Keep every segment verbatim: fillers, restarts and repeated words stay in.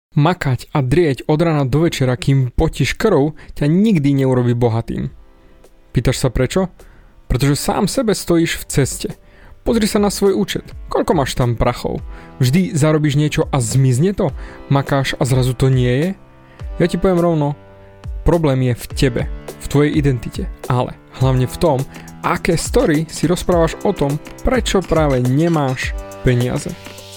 Makať a drieť od rána do večera, kým potíš krv, ťa nikdy neurobí bohatým. Pýtaš sa prečo? Pretože sám sebe stojíš v ceste. Pozri sa na svoj účet. Koľko máš tam prachov? Vždy zarobíš niečo a zmizne to? Makáš a zrazu to nie je? Ja ti poviem rovno, problém je v tebe, v tvojej identite, ale hlavne v tom, aké story si rozprávaš o tom, prečo práve nemáš peniaze.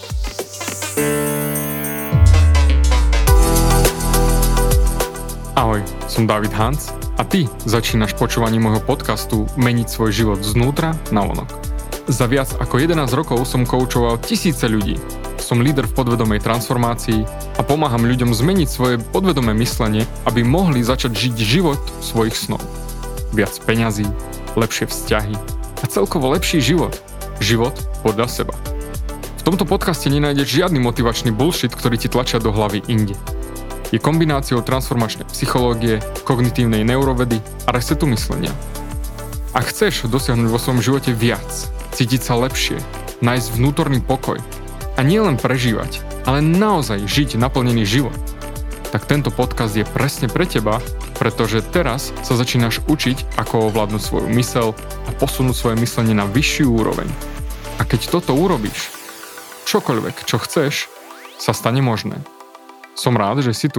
Ahoj, som David Hans a ty začínaš počúvanie môjho podcastu Meniť svoj život znútra na vonok. Za viac ako jedenásť rokov som koučoval tisíce ľudí. Som líder v podvedomej transformácii a pomáham ľuďom zmeniť svoje podvedomé myslenie, aby mohli začať žiť život svojich snov. Viac peňazí, lepšie vzťahy a celkovo lepší život. Život podľa seba. V tomto podcaste nenájdeš žiadny motivačný bullshit, ktorý ti tlačia do hlavy inde. Je kombináciou transformačnej psychológie, kognitívnej neurovedy a resetu myslenia. Ak chceš dosiahnuť vo svojom živote viac, cítiť sa lepšie, nájsť vnútorný pokoj a nielen prežívať, ale naozaj žiť naplnený život, tak tento podcast je presne pre teba, pretože teraz sa začínaš učiť, ako ovládnuť svoju myseľ a posunúť svoje myslenie na vyššiu úroveň. A keď toto urobíš, čokoľvek, čo chceš, sa stane možné. Som rád, že si tu.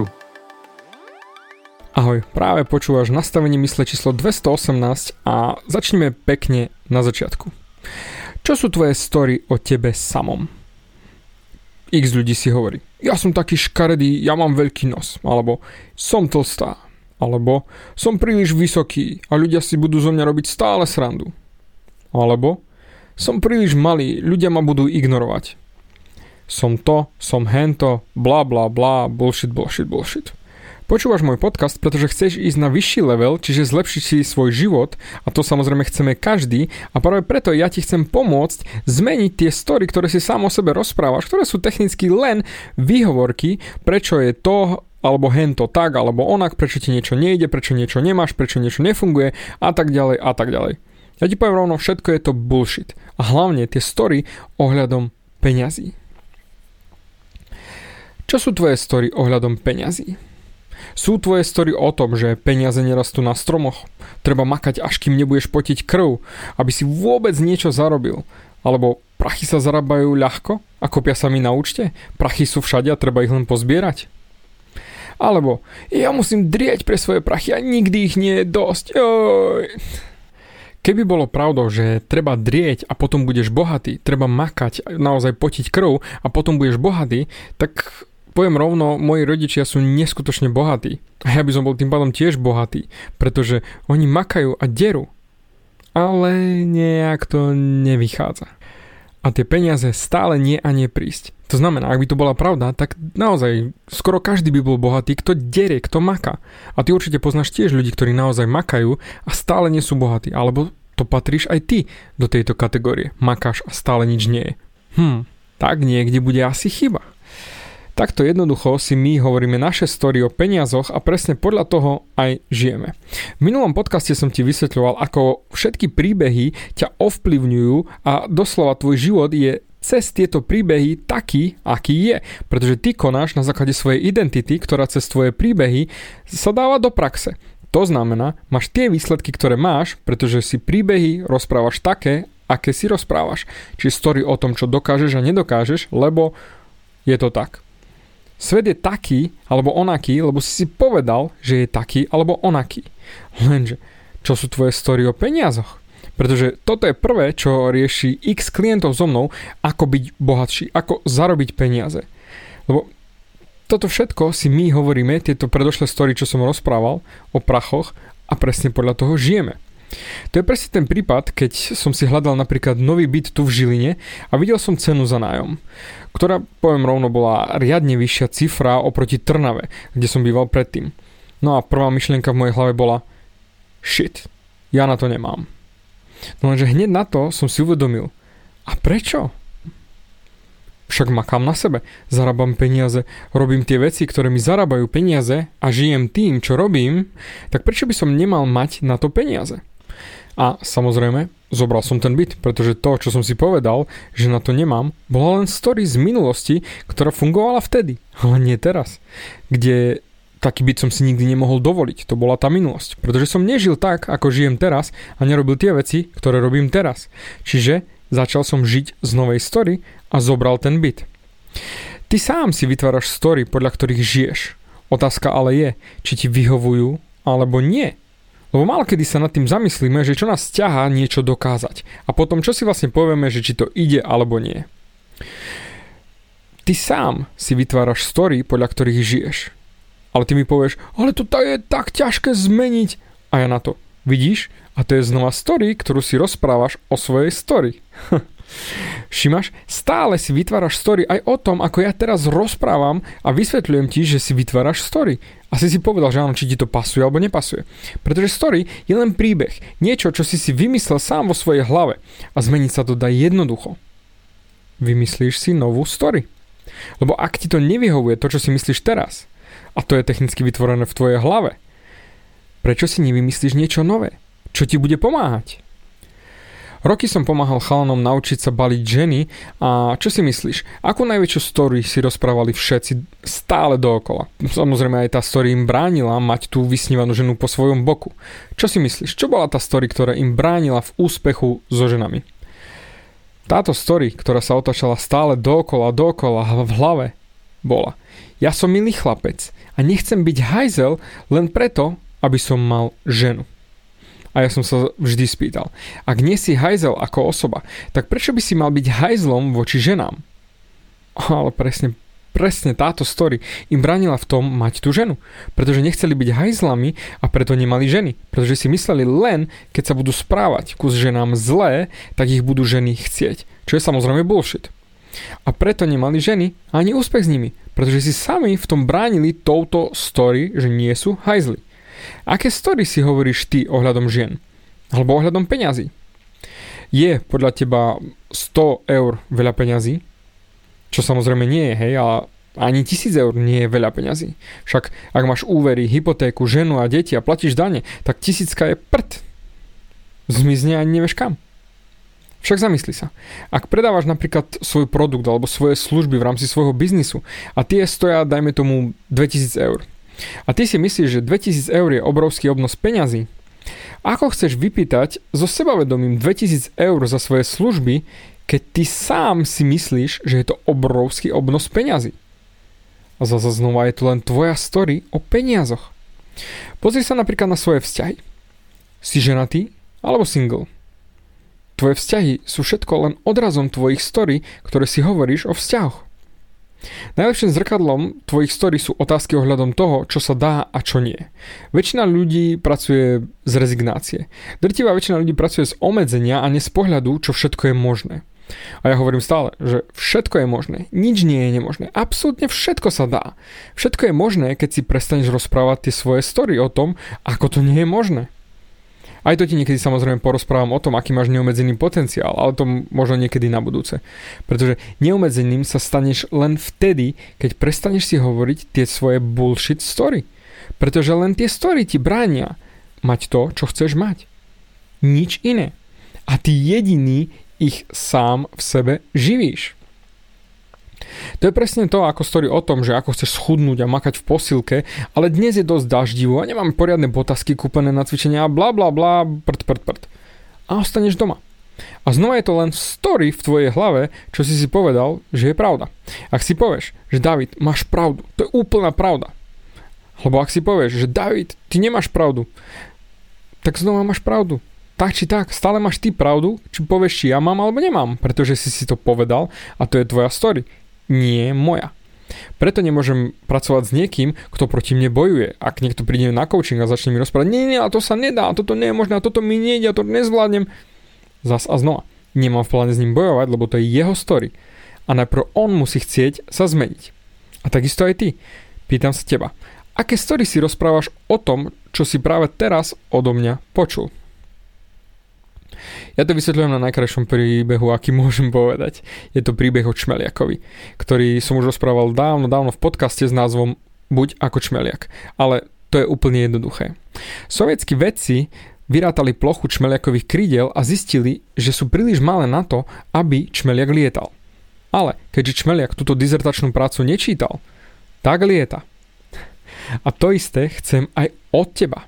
Ahoj, práve počúvaš nastavenie mysle číslo dvestoosemnásť a začneme pekne na začiatku. Čo sú tvoje story o tebe samom? X ľudí si hovorí, ja som taký škaredý, ja mám veľký nos, alebo som tlstá, alebo som príliš vysoký a ľudia si budú zo mňa robiť stále srandu. Alebo som príliš malý, ľudia ma budú ignorovať. Som to, som hento, bla bla bla, bullshit, bullshit, bullshit. Počúvaš môj podcast, pretože chceš ísť na vyšší level, čiže zlepšiť si svoj život a to samozrejme chceme každý a práve preto ja ti chcem pomôcť zmeniť tie story, ktoré si sám o sebe rozprávaš, ktoré sú technicky len výhovorky, prečo je to alebo hento tak, alebo onak, prečo ti niečo nejde, prečo niečo nemáš, prečo niečo nefunguje a tak ďalej a tak ďalej. Ja ti poviem rovno, všetko je to bullshit a hlavne tie story ohľadom peňazí. Čo sú tvoje story ohľadom peňazí? Sú tvoje story o tom, že peniaze nerastú na stromoch? Treba makať, až kým nebudeš potiť krv, aby si vôbec niečo zarobil? Alebo prachy sa zarábajú ľahko a kopia sa mi na účte? Prachy sú všade a treba ich len pozbierať? Alebo ja musím drieť pre svoje prachy a nikdy ich nie je dosť. Oj. Keby bolo pravdou, že treba drieť a potom budeš bohatý, treba makať, naozaj potiť krv a potom budeš bohatý, tak poviem rovno, moji rodičia sú neskutočne bohatí. A ja by som bol tým pádom tiež bohatý, pretože oni makajú a derú. Ale nejak to nevychádza. A tie peniaze stále nie a nie prísť. To znamená, ak by to bola pravda, tak naozaj skoro každý by bol bohatý, kto derie, kto maká. A ty určite poznáš tiež ľudí, ktorí naozaj makajú a stále nie sú bohatí. Alebo to patríš aj ty do tejto kategórie. Makáš a stále nič nie je. Hm, tak niekde bude asi chyba. Takto jednoducho si my hovoríme naše story o peniazoch a presne podľa toho aj žijeme. V minulom podcaste som ti vysvetľoval, ako všetky príbehy ťa ovplyvňujú a doslova tvoj život je cez tieto príbehy taký, aký je. Pretože ty konáš na základe svojej identity, ktorá cez tvoje príbehy sa dáva do praxe. To znamená, máš tie výsledky, ktoré máš, pretože si príbehy rozprávaš také, aké si rozprávaš. Čiže story o tom, čo dokážeš a nedokážeš, lebo je to tak. Svet je taký alebo onaký, lebo si si povedal, že je taký alebo onaký. Lenže, čo sú tvoje story o peniazoch? Pretože toto je prvé, čo rieši x klientov so mnou, ako byť bohatší, ako zarobiť peniaze. Lebo toto všetko si my hovoríme, tieto predošlé story, čo som rozprával o prachoch a presne podľa toho žijeme. To je presne ten prípad, keď som si hľadal napríklad nový byt tu v Žiline a videl som cenu za nájom, ktorá, poviem rovno, bola riadne vyššia cifra oproti Trnave, kde som býval predtým. No a prvá myšlienka v mojej hlave bola shit, ja na to nemám. No lenže hneď na to som si uvedomil, a prečo? Však makám na sebe, zarábam peniaze, robím tie veci, ktoré mi zarábajú peniaze a žijem tým, čo robím, tak prečo by som nemal mať na to peniaze? A samozrejme, zobral som ten byt, pretože to, čo som si povedal, že na to nemám, bola len story z minulosti, ktorá fungovala vtedy, ale nie teraz. Kde taký byt som si nikdy nemohol dovoliť, to bola tá minulosť. Pretože som nežil tak, ako žijem teraz a nerobil tie veci, ktoré robím teraz. Čiže začal som žiť z novej story a zobral ten byt. Ty sám si vytváraš story, podľa ktorých žiješ. Otázka ale je, či ti vyhovujú, alebo nie. Lebo málo kedy sa nad tým zamyslíme, že čo nás ťahá niečo dokázať. A potom čo si vlastne povieme, že či to ide alebo nie. Ty sám si vytváraš story, podľa ktorých žiješ. Ale ty mi povieš, ale to je tak ťažké zmeniť. A ja na to, vidíš? A to je znova story, ktorú si rozprávaš o svojej story. Všimáš? Stále si vytváraš story aj o tom, ako ja teraz rozprávam a vysvetľujem ti, že si vytváraš story. Asi si povedal, že áno, či ti to pasuje alebo nepasuje. Pretože story je len príbeh. Niečo, čo si si vymyslel sám vo svojej hlave. A zmeniť sa to dá jednoducho. Vymyslíš si novú story. Lebo ak ti to nevyhovuje to, čo si myslíš teraz, a to je technicky vytvorené v tvojej hlave, prečo si nevymyslíš niečo nové? Čo ti bude pomáhať? Roky som pomáhal chalanom naučiť sa baliť ženy a čo si myslíš? Akú najväčšiu story si rozprávali všetci stále dookola? Samozrejme aj tá story im bránila mať tú vysnívanú ženu po svojom boku. Čo si myslíš? Čo bola tá story, ktorá im bránila v úspechu so ženami? Táto story, ktorá sa otáčala stále dookola, dookola v hlave, bola: ja som milý chlapec a nechcem byť hajzel len preto, aby som mal ženu. A ja som sa vždy spýtal, ak nie si hajzel ako osoba, tak prečo by si mal byť hajzlom voči ženám? Ale presne, presne táto story im bránila v tom mať tú ženu. Pretože nechceli byť hajzlami a preto nemali ženy. Pretože si mysleli len, keď sa budú správať kus ženám zlé, tak ich budú ženy chcieť. Čo je samozrejme bullshit. A preto nemali ženy a ani úspech s nimi. Pretože si sami v tom bránili touto story, že nie sú hajzli. Aké story si hovoríš ty ohľadom žien? Alebo ohľadom peňazí? Je podľa teba sto eur veľa peňazí? Čo samozrejme nie je, hej, ale ani tisíc eur nie je veľa peňazí. Však ak máš úvery, hypotéku, ženu a deti a platíš dane, tak tisícka je prd. Zmizne a nevieš kam. Však zamysli sa. Ak predávaš napríklad svoj produkt alebo svoje služby v rámci svojho biznisu a tie stoja, dajme tomu, dvetisíc eur. A ty si myslíš, že dvetisíc eur je obrovský obnos peňazí? Ako chceš vypýtať so sebavedomím dvetisíc eur za svoje služby, keď ty sám si myslíš, že je to obrovský obnos peňazí? A zase znova je to len tvoja story o peniazoch. Pozri sa napríklad na svoje vzťahy. Si ženatý alebo single? Tvoje vzťahy sú všetko len odrazom tvojich story, ktoré si hovoríš o vzťahoch. Najlepším zrkadlom tvojich story sú otázky ohľadom toho, čo sa dá a čo nie. Väčšina ľudí pracuje z rezignácie. Drtivá väčšina ľudí pracuje z obmedzenia a nie z pohľadu, čo všetko je možné. A ja hovorím stále, že všetko je možné, nič nie je nemožné, absolútne všetko sa dá. Všetko je možné, keď si prestaneš rozprávať tie svoje story o tom, ako to nie je možné. Aj to ti niekedy samozrejme porozprávam o tom, aký máš neobmedzený potenciál, ale to možno niekedy na budúce. Pretože neobmedzeným sa staneš len vtedy, keď prestaneš si hovoriť tie svoje bullshit story. Pretože len tie story ti bránia mať to, čo chceš mať. Nič iné. A ty jediný ich sám v sebe živíš. To je presne to, ako story o tom, že ako chceš schudnúť a makať v posilke, ale dnes je dosť daždivo a nemám poriadne botasky kúpené na cvičenia a bla bla bla, prd prd prd. A ostaneš doma. A znova je to len story v tvojej hlave, čo si si povedal, že je pravda. Ak si povieš, že David, máš pravdu, to je úplná pravda. Lebo ak si povieš, že David, ty nemáš pravdu, tak znova máš pravdu. Tak či tak, stále máš ty pravdu, či povieš, či ja mám alebo nemám, pretože si si to povedal a to je tvoja story. Nie moja. Preto nemôžem pracovať s niekým, kto proti mne bojuje. Ak niekto príde na coaching a začne mi rozprávať, nie, nie, a to sa nedá, a toto nie je možné, a toto mi nejde, a to nezvládnem. Zas a znova. Nemám v pláne s ním bojovať, lebo to je jeho story. A najprv on musí chcieť sa zmeniť. A takisto aj ty. Pýtam sa teba. Aké story si rozprávaš o tom, čo si práve teraz odo mňa počul? Ja to vysvetľujem na najkrajšom príbehu, aký môžem povedať. Je to príbeh o Čmeliakovi, ktorý som už rozprával dávno, dávno v podcaste s názvom Buď ako Čmeliak. Ale to je úplne jednoduché. Sovietskí vedci vyrátali plochu čmeliakových krídel a zistili, že sú príliš malé na to, aby čmeliak lietal. Ale keďže čmeliak túto dizertačnú prácu nečítal, tak lieta. A to isté chcem aj od teba.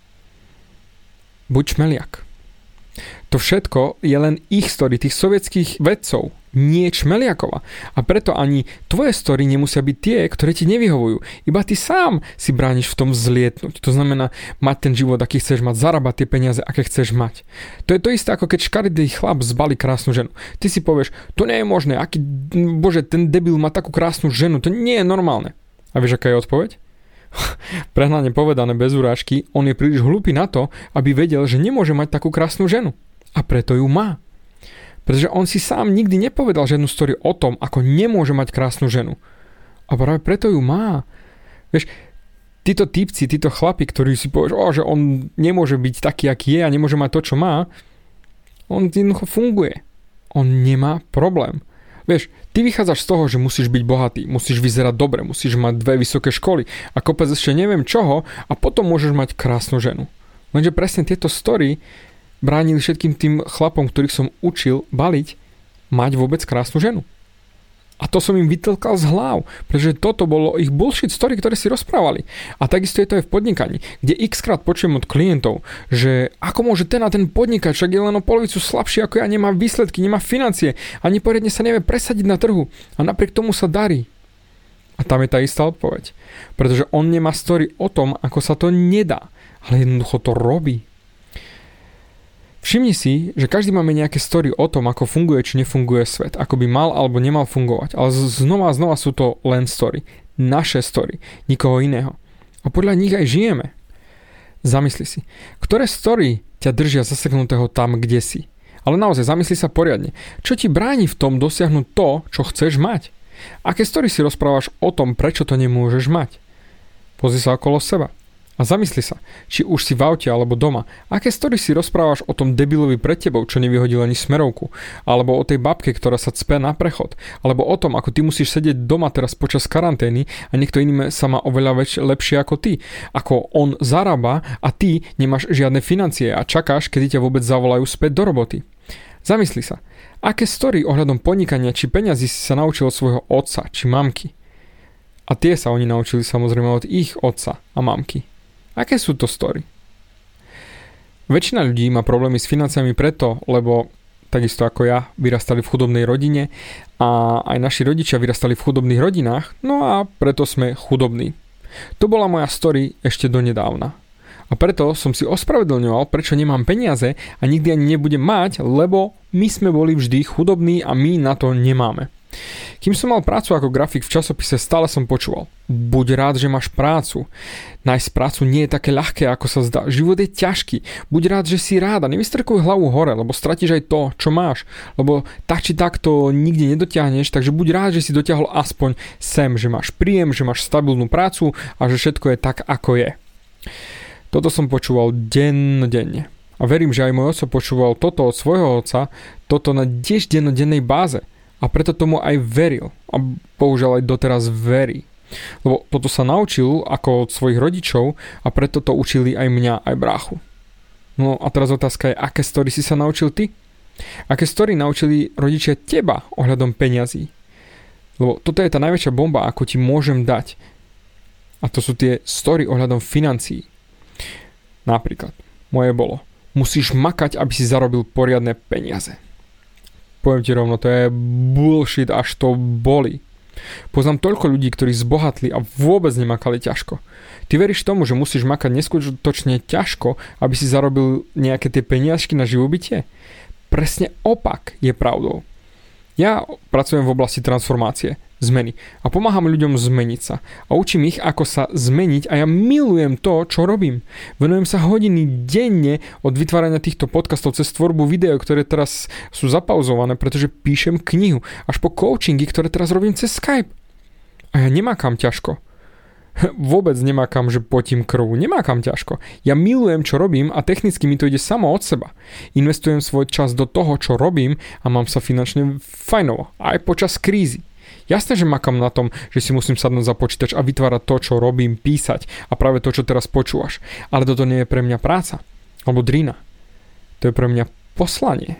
Buď čmeliak. To všetko je len ich story, tých sovietských vedcov, nie čmeliakova. A preto ani tvoje story nemusia byť tie, ktoré ti nevyhovujú. Iba ty sám si brániš v tom zlietnúť. To znamená mať ten život, aký chceš mať, zarábať tie peniaze, aké chceš mať. To je to isté, ako keď škaredý chlap zbalí krásnu ženu. Ty si povieš, to nie je možné, aký, bože, ten debil má takú krásnu ženu, to nie je normálne. A vieš, aká je odpoveď? Prehnane povedané bez urážky, on je príliš hlúpy na to, aby vedel, že nemôže mať takú krásnu ženu. A preto ju má. Pretože on si sám nikdy nepovedal žiadnu story o tom, ako nemôže mať krásnu ženu. A práve preto ju má. Vieš, títo típci, títo chlapi, ktorí si povieš, oh, že on nemôže byť taký, aký je a nemôže mať to, čo má, on jednoducho funguje. On nemá problém. Vieš, ty vychádzaš z toho, že musíš byť bohatý, musíš vyzerať dobre, musíš mať dve vysoké školy a kopec ešte neviem čoho a potom môžeš mať krásnu ženu. Lenže presne tieto story bránili všetkým tým chlapom, ktorých som učil baliť, mať vôbec krásnu ženu. A to som im vytlkal z hlav, pretože toto bolo ich bullshit story, ktoré si rozprávali. A takisto je to aj v podnikaní, kde x-krát počujem od klientov, že ako môže ten a ten podnikať, však je len o polovicu slabší ako ja, nemá výsledky, nemá financie, ani poriadne sa nevie presadiť na trhu a napriek tomu sa darí. A tam je tá istá odpoveď. Pretože on nemá story o tom, ako sa to nedá, ale jednoducho to robí. Všimni si, že každý máme nejaké story o tom, ako funguje či nefunguje svet, ako by mal alebo nemal fungovať, ale znova a znova sú to len story, naše story, nikoho iného. A podľa nich aj žijeme. Zamysli si, ktoré story ťa držia zaseknutého tam, kde si. Ale naozaj, zamysli sa poriadne. Čo ti bráni v tom dosiahnuť to, čo chceš mať? Aké story si rozprávaš o tom, prečo to nemôžeš mať? Pozri sa okolo seba. A zamysli sa, či už si v aute alebo doma, aké story si rozprávaš o tom debilovi pred tebou, čo nevyhodil ani smerovku, alebo o tej babke, ktorá sa cpe na prechod, alebo o tom, ako ty musíš sedieť doma teraz počas karantény a niekto iný sa má oveľa väč- lepšie ako ty, ako on zarába a ty nemáš žiadne financie a čakáš, kedy ťa vôbec zavolajú späť do roboty. Zamysli sa, aké story ohľadom podnikania či peňazí si sa naučil od svojho otca či mamky. A tie sa oni naučili samozrejme od ich otca a mamky. Aké sú to story? Väčšina ľudí má problémy s financiami preto, lebo takisto ako ja vyrastali v chudobnej rodine a aj naši rodičia vyrastali v chudobných rodinách, no a preto sme chudobní. To bola moja story ešte donedávna. A preto som si ospravedlňoval, prečo nemám peniaze a nikdy ani nebudem mať, lebo my sme boli vždy chudobní a my na to nemáme. Kým som mal prácu ako grafik v časopise, stále som počúval: buď rád, že máš prácu. Nájsť prácu nie je také ľahké, ako sa zdá. Život je ťažký. Buď rád, že si rád a nevystrkuj hlavu hore, lebo stratíš aj to, čo máš. Lebo tak či tak to nikdy nedotiahneš, takže buď rád, že si dotiahol aspoň sem, že máš príjem, že máš stabilnú prácu a že všetko je tak, ako je. Toto som počúval dennodenne. A verím, že aj môj otec počúval toto od svojho otca, toto na tiež dennodennej báze. A preto tomu aj veril. A bohužiaľ aj doteraz verí. Lebo toto sa naučil ako od svojich rodičov a preto to učili aj mňa, aj bráchu. No a teraz otázka je, aké story si sa naučil ty? Aké story naučili rodičia teba ohľadom peňazí? Lebo toto je tá najväčšia bomba, ako ti môžem dať. A to sú tie story ohľadom financií. Napríklad, moje bolo: musíš makať, aby si zarobil poriadne peniaze. Poviem ti rovno, to je bullshit, až to boli. Poznám toľko ľudí, ktorí zbohatli a vôbec nemakali ťažko. Ty veríš tomu, že musíš makať neskutočne ťažko, aby si zarobil nejaké tie peniažky na živobytie? Presne opak je pravdou. Ja pracujem v oblasti transformácie, zmeny a pomáham ľuďom zmeniť sa a učím ich, ako sa zmeniť a ja milujem to, čo robím. Venujem sa hodiny denne od vytvárania týchto podcastov cez tvorbu video, ktoré teraz sú zapauzované, pretože píšem knihu, až po coachingy, ktoré teraz robím cez Skype. A ja nemakám ťažko. Vôbec nemakám, že potím krv. Nemakám ťažko. Ja milujem, čo robím a technicky mi to ide samo od seba. Investujem svoj čas do toho, čo robím a mám sa finančne fajnovo. Aj počas krízy. Jasné, že makám na tom, že si musím sadnúť za počítač a vytvárať to, čo robím, písať a práve to, čo teraz počúvaš. Ale toto nie je pre mňa práca. alebo drina. To je pre mňa poslanie.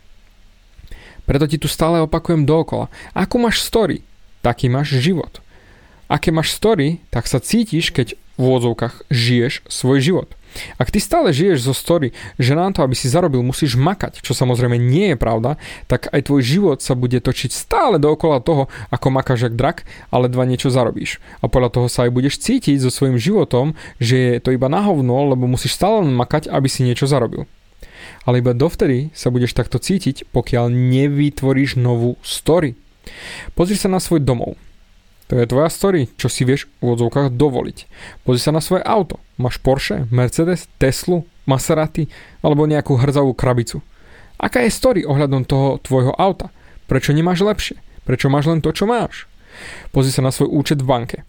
Preto ti tu stále opakujem dookola. Ako máš story, taký máš život. Aké máš story, tak sa cítiš, keď v úvodzovkách žiješ svoj život. Ak ty stále žiješ zo story, že na to, aby si zarobil, musíš makať, čo samozrejme nie je pravda, tak aj tvoj život sa bude točiť stále dookola toho, ako makáš jak drak, ale dva niečo zarobíš. A podľa toho sa aj budeš cítiť so svojím životom, že je to iba na hovno, lebo musíš stále makať, aby si niečo zarobil. Ale iba dovtedy sa budeš takto cítiť, pokiaľ nevytvoríš novú story. Pozri sa na svoj domov. To je tvoja story, čo si vieš v odzvukách dovoliť. Pozri sa na svoje auto. Máš Porsche, Mercedes, Teslu, Maserati alebo nejakú hrdzavú krabicu. Aká je story ohľadom toho tvojho auta? Prečo nemáš lepšie? Prečo máš len to, čo máš? Pozri sa na svoj účet v banke.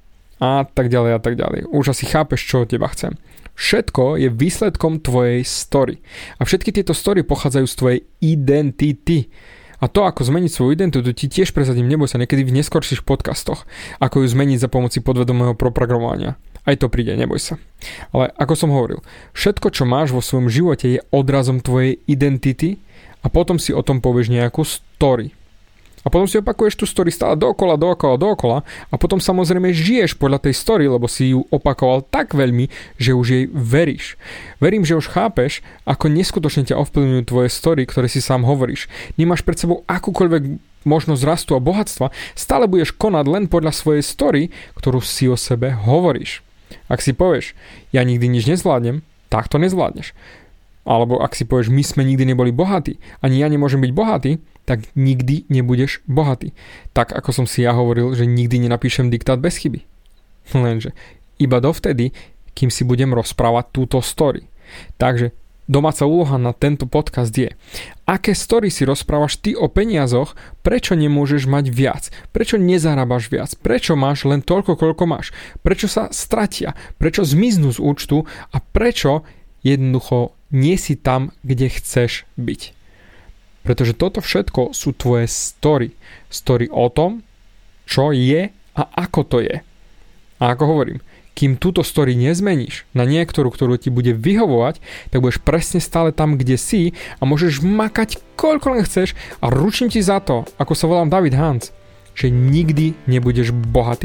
A tak ďalej a tak ďalej. Už asi chápeš, čo od teba chcem. Všetko je výsledkom tvojej story. A všetky tieto story pochádzajú z tvojej identity. A to, ako zmeniť svoju identitu, ti tiež prezadím, neboj sa, niekedy v neskorších podcastoch, ako ju zmeniť za pomoci podvedomého proprogramovania. Aj to príde, neboj sa. Ale ako som hovoril, všetko, čo máš vo svojom živote, je odrazom tvojej identity a potom si o tom povieš nejakú story. A potom si opakuješ tú story stále dookola, dookola, dookola a potom samozrejme žiješ podľa tej story, lebo si ju opakoval tak veľmi, že už jej veríš. Verím, že už chápeš, ako neskutočne ťa ovplyvňujú tvoje story, ktoré si sám hovoríš. Nemáš pred sebou akúkoľvek možnosť rastu a bohatstva, stále budeš konať len podľa svojej story, ktorú si o sebe hovoríš. Ak si povieš, ja nikdy nič nezvládnem, tak to nezvládneš. Alebo ak si povieš, my sme nikdy neboli bohatí, ani ja nemôžem byť bohatý, tak nikdy nebudeš bohatý. Tak ako som si ja hovoril, že nikdy nenapíšem diktát bez chyby. Lenže iba dovtedy, kým si budem rozprávať túto story. Takže domáca úloha na tento podcast je, aké story si rozprávaš ty o peniazoch, prečo nemôžeš mať viac, prečo nezarábaš viac, prečo máš len toľko, koľko máš, prečo sa stratia, prečo zmiznú z účtu a prečo jednoducho nie si tam, kde chceš byť. Pretože toto všetko sú tvoje story. Story o tom, čo je a ako to je. A ako hovorím, kým túto story nezmeníš na niektorú, ktorú ti bude vyhovovať, tak budeš presne stále tam, kde si a môžeš makať koľko len chceš a ručím ti za to, ako sa volám David Hans, že nikdy nebudeš bohatý.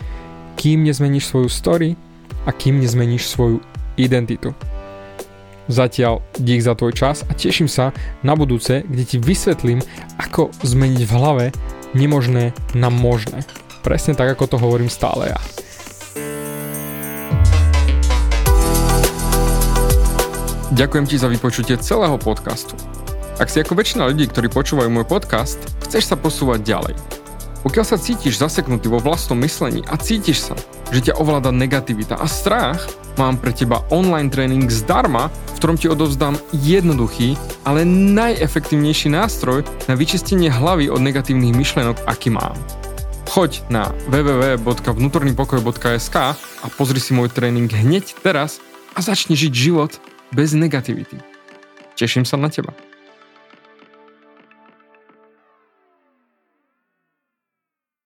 Kým nezmeníš svoju story a kým nezmeníš svoju identitu. Zatiaľ dík za tvoj čas a teším sa na budúce, kde ti vysvetlím, ako zmeniť v hlave nemožné na možné. Presne tak, ako to hovorím stále ja. Ďakujem ti za vypočutie celého podcastu. Ak si ako väčšina ľudí, ktorí počúvajú môj podcast, chceš sa posúvať ďalej. Pokiaľ sa cítiš zaseknutý vo vlastnom myslení a cítiš sa, že ťa ovláda negativita a strach, mám pre teba online tréning zdarma, v ktorom ti odovzdám jednoduchý, ale najefektívnejší nástroj na vyčistenie hlavy od negatívnych myšlienok, aký mám. Choď na w w w bodka vnútorný pokoj bodka es ká a pozri si môj tréning hneď teraz a začni žiť život bez negativity. Teším sa na teba.